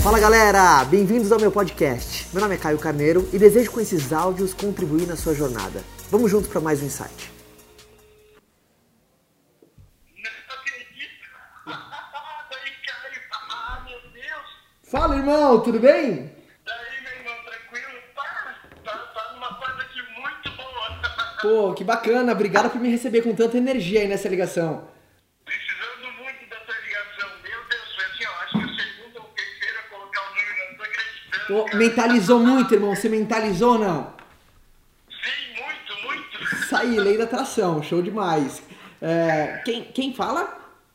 Fala galera, bem-vindos ao meu podcast. Meu nome é Caio Carneiro e desejo com esses áudios contribuir na sua jornada. Vamos juntos para mais um insight. Fala irmão, tudo bem? Daí, meu irmão, tranquilo? Tá numa fase aqui muito boa. Pô, que bacana, obrigado por me receber com tanta energia aí nessa ligação. Precisando muito dessa ligação. Meu Deus, foi assim, ó, acho que a segunda ou terceira colocar o número, não tô acreditando. Pô, cara. mentalizou muito, irmão, você mentalizou ou não? Sim, muito. Isso aí, lei da atração, show demais. Quem fala?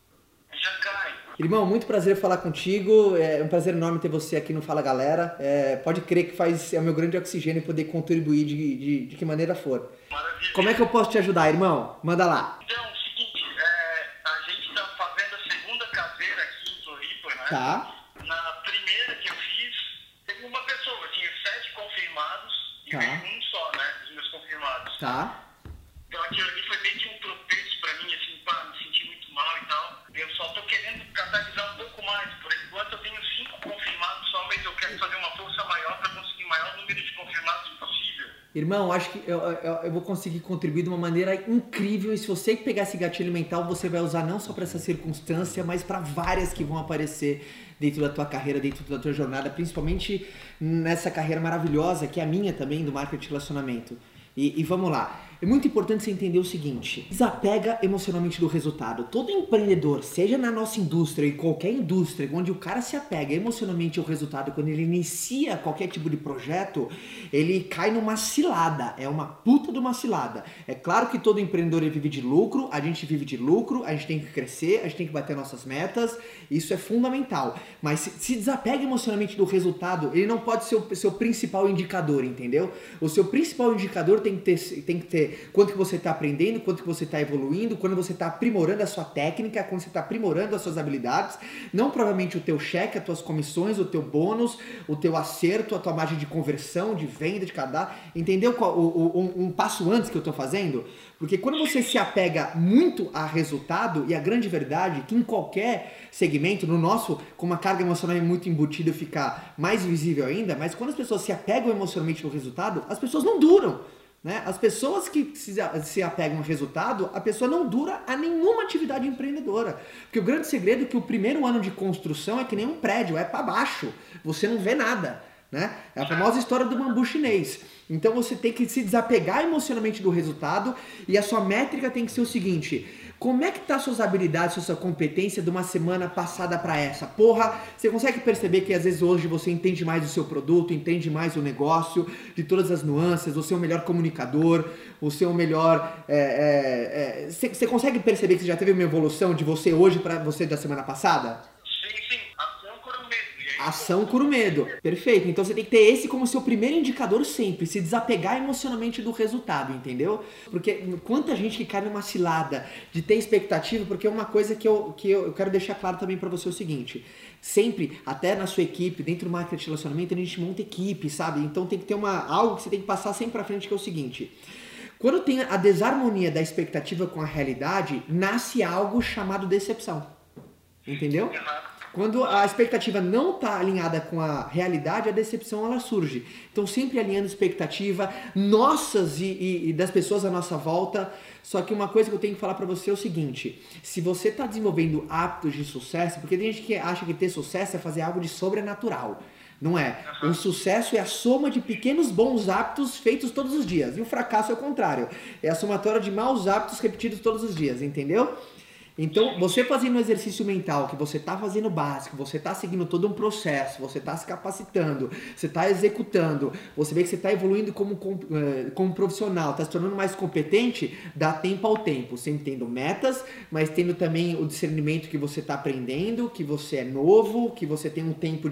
Já cai. Irmão, muito prazer falar contigo, é um prazer enorme ter você aqui no Fala Galera. Pode crer que é o meu grande oxigênio poder contribuir de que maneira for. Maravilha. Como é que eu posso te ajudar, irmão? Manda lá. Então, seguinte, a gente tá fazendo a segunda caseira aqui em Floripa, né? Tá. Na primeira que eu fiz, teve uma pessoa, tinha 7 confirmados e Tá. veio um só, né, dos meus confirmados. Tá. Então aquilo ali foi meio que um tropeço pra mim, assim, pá, me senti muito mal e tal. Eu só tô querendo catalisar um pouco mais. Por enquanto eu tenho 5 confirmados só, mas eu quero fazer uma força maior pra conseguir maior número de confirmados possível. Irmão, acho que eu vou conseguir contribuir de uma maneira incrível e se você pegar esse gatilho mental, você vai usar não só para essa circunstância, mas para várias que vão aparecer dentro da tua carreira, dentro da tua jornada, principalmente nessa carreira maravilhosa, que é a minha também, do marketing de relacionamento. E vamos lá. É muito importante você entender o seguinte: desapega emocionalmente do resultado. Todo empreendedor, seja na nossa indústria e qualquer indústria, onde o cara se apega emocionalmente ao resultado, quando ele inicia qualquer tipo de projeto, ele cai numa cilada. É uma puta de uma cilada. É claro que todo empreendedor vive de lucro, a gente vive de lucro, a gente tem que crescer, a gente tem que bater nossas metas, isso é fundamental. Mas se desapega emocionalmente do resultado, ele não pode ser o seu principal indicador, entendeu? O seu principal indicador tem que ter quanto que você está aprendendo, quanto que você está evoluindo, quando você está aprimorando a sua técnica, quando você está aprimorando as suas habilidades, não provavelmente o teu cheque, as tuas comissões, o teu bônus, o teu acerto, a tua margem de conversão, de venda, de cadastro, entendeu um passo antes que eu estou fazendo? Porque quando você se apega muito a resultado, e a grande verdade é que em qualquer segmento, no nosso, com uma carga emocional muito embutida, fica mais visível ainda, mas quando as pessoas se apegam emocionalmente no resultado, as pessoas não duram. Né? As pessoas que se apegam ao resultado, a pessoa não dura a nenhuma atividade empreendedora. Porque o grande segredo é que o primeiro ano de construção é que nem um prédio, é para baixo, você não vê nada. Né? É a famosa história do bambu chinês. Então você tem que se desapegar emocionalmente do resultado e a sua métrica tem que ser o seguinte: como é que tá suas habilidades, sua competência de uma semana passada para essa? Porra, você consegue perceber que às vezes hoje você entende mais do seu produto, entende mais o negócio, de todas as nuances, você é o melhor comunicador, você é o melhor... Você consegue perceber que você já teve uma evolução de você hoje para você da semana passada? Sim, ação cura o medo. Ação cura o medo. Perfeito. Então você tem que ter esse como seu primeiro indicador sempre. Se desapegar emocionalmente do resultado, entendeu? Porque quanta gente que cai numa cilada de ter expectativa, porque uma coisa que eu quero deixar claro também pra você é o seguinte: sempre, até na sua equipe, dentro do marketing de relacionamento, a gente monta equipe, sabe? Então tem que ter algo que você tem que passar sempre pra frente, que é o seguinte: quando tem a desarmonia da expectativa com a realidade, nasce algo chamado decepção. Entendeu? Quando a expectativa não está alinhada com a realidade, a decepção ela surge. Então sempre alinhando expectativa nossas e das pessoas à nossa volta. Só que uma coisa que eu tenho que falar para você é o seguinte: se você está desenvolvendo hábitos de sucesso, porque tem gente que acha que ter sucesso é fazer algo de sobrenatural. Não é. O sucesso é a soma de pequenos bons hábitos feitos todos os dias. E o fracasso é o contrário. É a somatória de maus hábitos repetidos todos os dias, entendeu? Então, você fazendo um exercício mental, que você está fazendo básico, você está seguindo todo um processo, você está se capacitando, você está executando, você vê que você está evoluindo como profissional, está se tornando mais competente, dá tempo ao tempo, sempre tendo metas, mas tendo também o discernimento que você está aprendendo, que você é novo, que você tem um tempo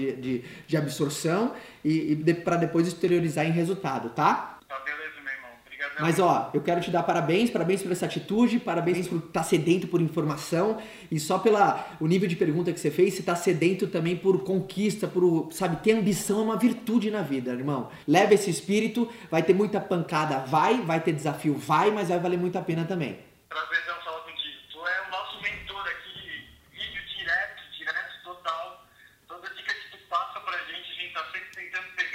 de absorção e para depois exteriorizar em resultado, tá? Tá, beleza, meu irmão. Obrigadão. Mas ó, eu quero te dar parabéns por essa atitude, parabéns por estar sedento por informação e só o nível de pergunta que você fez, você está sedento também por conquista, sabe, ter ambição é uma virtude na vida, irmão. Leva esse espírito, vai ter muita pancada, vai ter desafio, mas vai valer muito a pena também. Prazerzão falar contigo. Tu é o nosso mentor aqui, vídeo direto, total. Toda dica que tu passa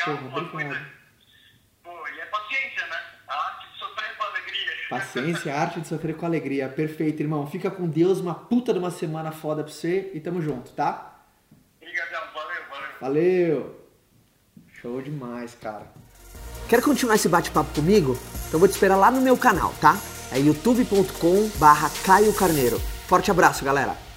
obrigado. Pô, e é paciência, né? A arte de sofrer com alegria. Paciência, a arte de sofrer com alegria. Perfeito, irmão. Fica com Deus, uma puta de uma semana foda pra você e tamo junto, tá? Obrigadão, valeu. Valeu! Show demais, cara. Quer continuar esse bate-papo comigo? Então vou te esperar lá no meu canal, tá? É youtube.com/Caio Carneiro. Forte abraço, galera!